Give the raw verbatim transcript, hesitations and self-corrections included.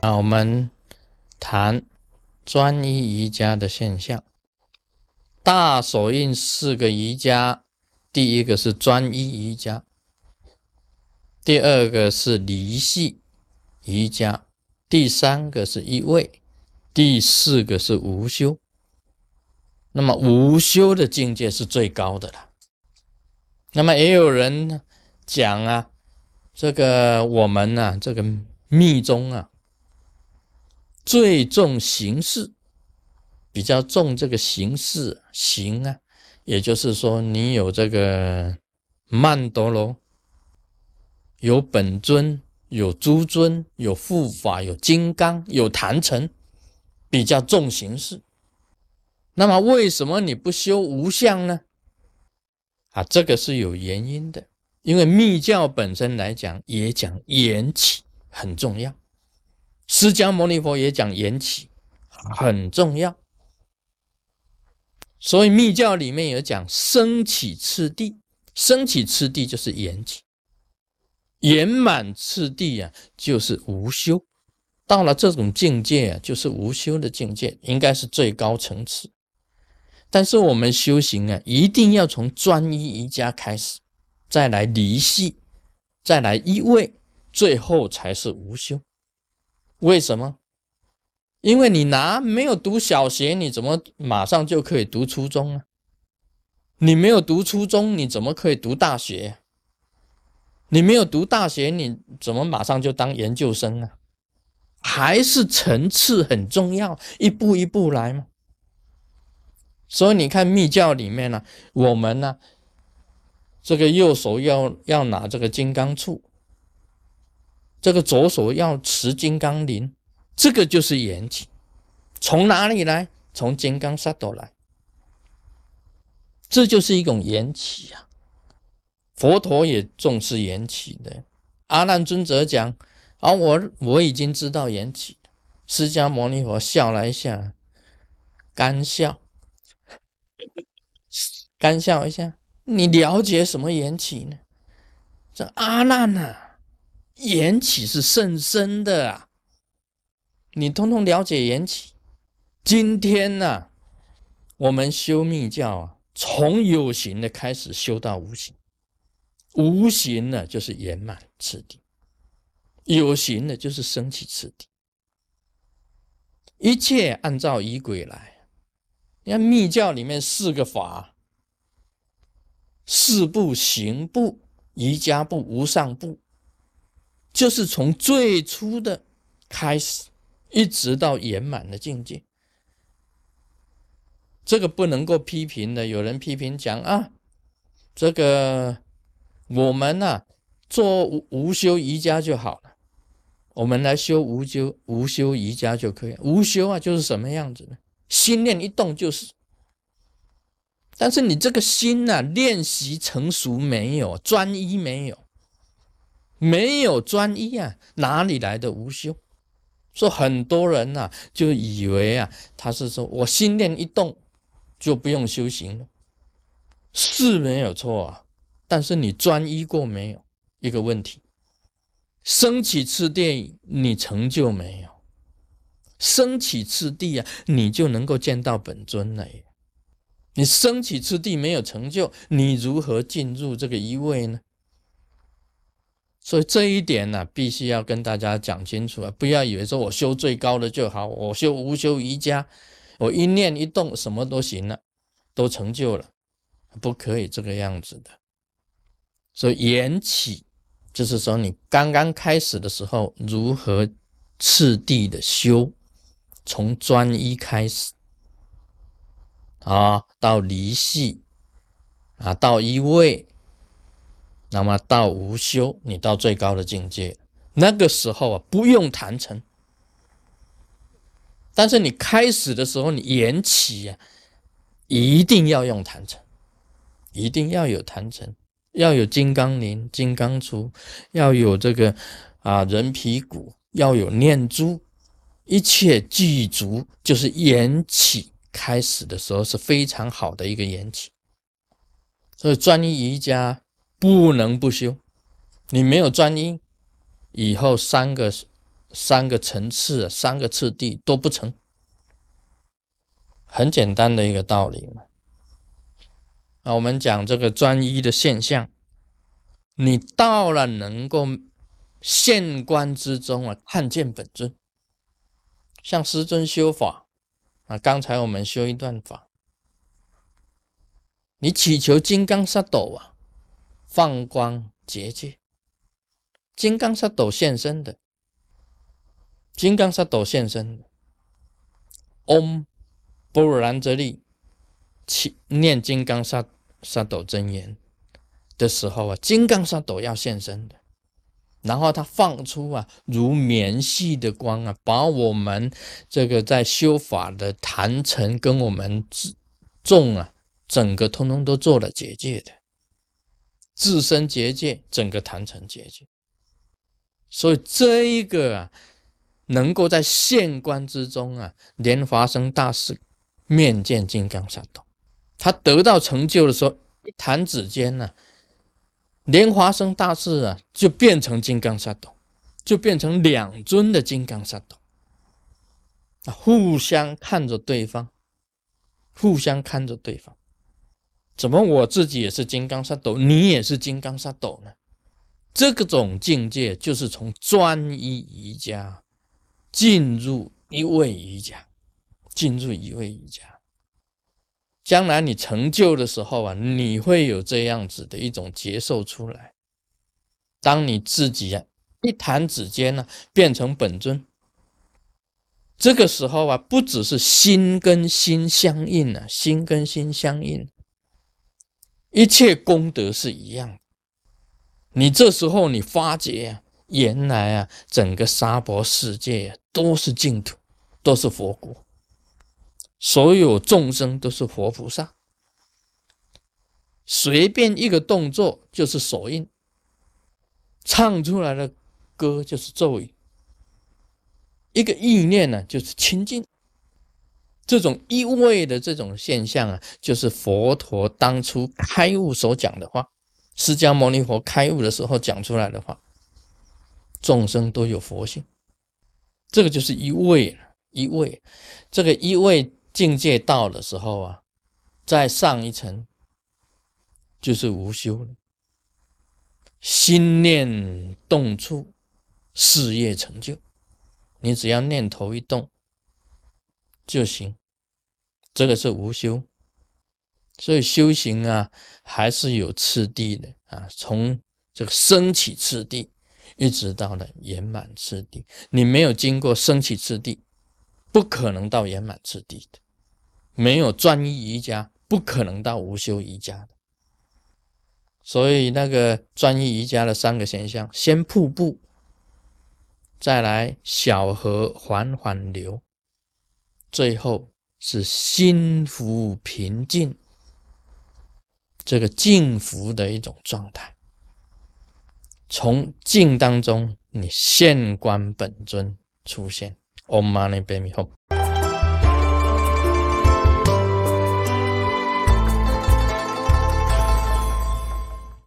啊，我们谈专一瑜伽的现象。大手印四个瑜伽，第一个是专一瑜伽，第二个是离系瑜伽，第三个是一位，第四个是无修。那么无修的境界是最高的了。那么也有人讲啊，这个我们啊，这个密宗啊，最重形式，比较重这个形式形啊，也就是说你有这个曼陀罗，有本尊，有诸尊，有护法，有金刚，有坛城，比较重形式。那么为什么你不修无相呢？啊，这个是有原因的，因为密教本身来讲也讲缘起很重要，释迦牟尼佛也讲缘起很重要，所以密教里面有讲升起次第，升起次第就是缘起，圆满次第啊就是无修，到了这种境界啊，就是无修的境界，应该是最高层次。但是我们修行啊，一定要从专一瑜伽开始，再来离系，再来一位，最后才是无修。为什么？因为你拿没有读小学，你怎么马上就可以读初中啊？你没有读初中，你怎么可以读大学啊？你没有读大学，你怎么马上就当研究生啊？还是层次很重要，一步一步来嘛。所以你看密教里面呢、啊，我们呢、啊，这个右手要要拿这个金刚杵，这个左手要持金刚铃，这个就是缘起。从哪里来？从金刚萨埵来，这就是一种缘起啊。佛陀也重视缘起的。阿难尊者讲啊，我我已经知道缘起了。释迦牟尼佛笑了一下，干笑。干笑一下，你了解什么缘起呢？这阿难啊，缘起是甚深的啊，你通通了解缘起。今天呢、啊，我们修密教啊，从有形的开始修到无形，无形呢就是圆满次第，有形的就是升起次第，一切按照仪轨来。你看密教里面四个法。四部、行部、瑜伽部、无上部，就是从最初的开始，一直到圆满的境界。这个不能够批评的。有人批评讲啊，这个我们啊做无修瑜伽就好了，我们来修无修无修瑜伽就可以。无修啊，就是什么样子呢？心念一动就是。但是你这个心啊，练习成熟没有，专一没有，没有专一啊，哪里来的无修？说很多人啊，就以为啊，他是说我心念一动就不用修行了，是没有错啊。但是你专一过没有？一个问题，升起次第你成就没有？升起次第啊，你就能够见到本尊了耶。你升起次第没有成就，你如何进入这个一位呢？所以这一点呢、啊，必须要跟大家讲清楚啊！不要以为说我修最高的就好，我修无修瑜伽，我一念一动什么都行了，都成就了，不可以这个样子的。所以缘起就是说你刚刚开始的时候，如何次第的修，从专一开始。啊，到离系啊，到一位，那么到无修，你到最高的境界，那个时候啊，不用坛城。但是你开始的时候，你缘起啊，一定要用坛城，一定要有坛城，要有金刚铃、金刚杵，要有这个啊人皮骨，要有念珠，一切具足，就是缘起。开始的时候是非常好的一个缘起，所以专一瑜伽不能不修。你没有专一，以后三个三个层次、三个次第都不成。很简单的一个道理嘛。啊，我们讲这个专一的现象，你到了能够现观之中啊，看见本尊。像师尊修法啊，刚才我们修一段法，你祈求金刚萨埵啊，放光结界，金刚萨埵现身的，金刚萨埵现身的，嗡般若兰遮利，念金刚萨萨埵真言的时候啊，金刚萨埵要现身的。然后它放出啊，如绵细的光啊，把我们这个在修法的坛城跟我们众啊，整个通通都做了结界的，自身结界，整个坛城结界。所以这一个啊，能够在现观之中啊，莲华生大士面见金刚萨埵，他得到成就的时候，一弹指间呢、啊。莲华生大士啊，就变成金刚萨埵，就变成两尊的金刚萨埵，互相看着对方，互相看着对方。怎么我自己也是金刚萨埵，你也是金刚萨埵呢？这种境界就是从专一瑜伽进入一位瑜伽，进入一位瑜伽。将来你成就的时候啊，你会有这样子的一种接受出来。当你自己啊一弹指间呢、啊，变成本尊，这个时候啊，不只是心跟心相应啊，心跟心相应，一切功德是一样的。你这时候你发觉啊，原来啊，整个娑婆世界啊都是净土，都是佛国。所有众生都是活菩萨，随便一个动作就是手印，唱出来的歌就是咒语，一个意念呢、啊、就是清净。这种一味的这种现象啊，就是佛陀当初开悟所讲的话，释迦牟尼佛开悟的时候讲出来的话，众生都有佛性，这个就是一味一味，这个一味。境界到的时候啊，再上一层就是无修了。心念动处，事业成就。你只要念头一动就行，这个是无修。所以修行啊，还是有次第的啊，从这个升起次第，一直到了圆满次第。你没有经过升起次第，不可能到圆满次第的。没有专一瑜伽，不可能到无修瑜伽的。所以那个专一瑜伽的三个现象，先瀑布，再来小河缓缓流，最后是心浮平静，这个静浮的一种状态。从静当中，你现观本尊出现。Om Mani Padme Hum。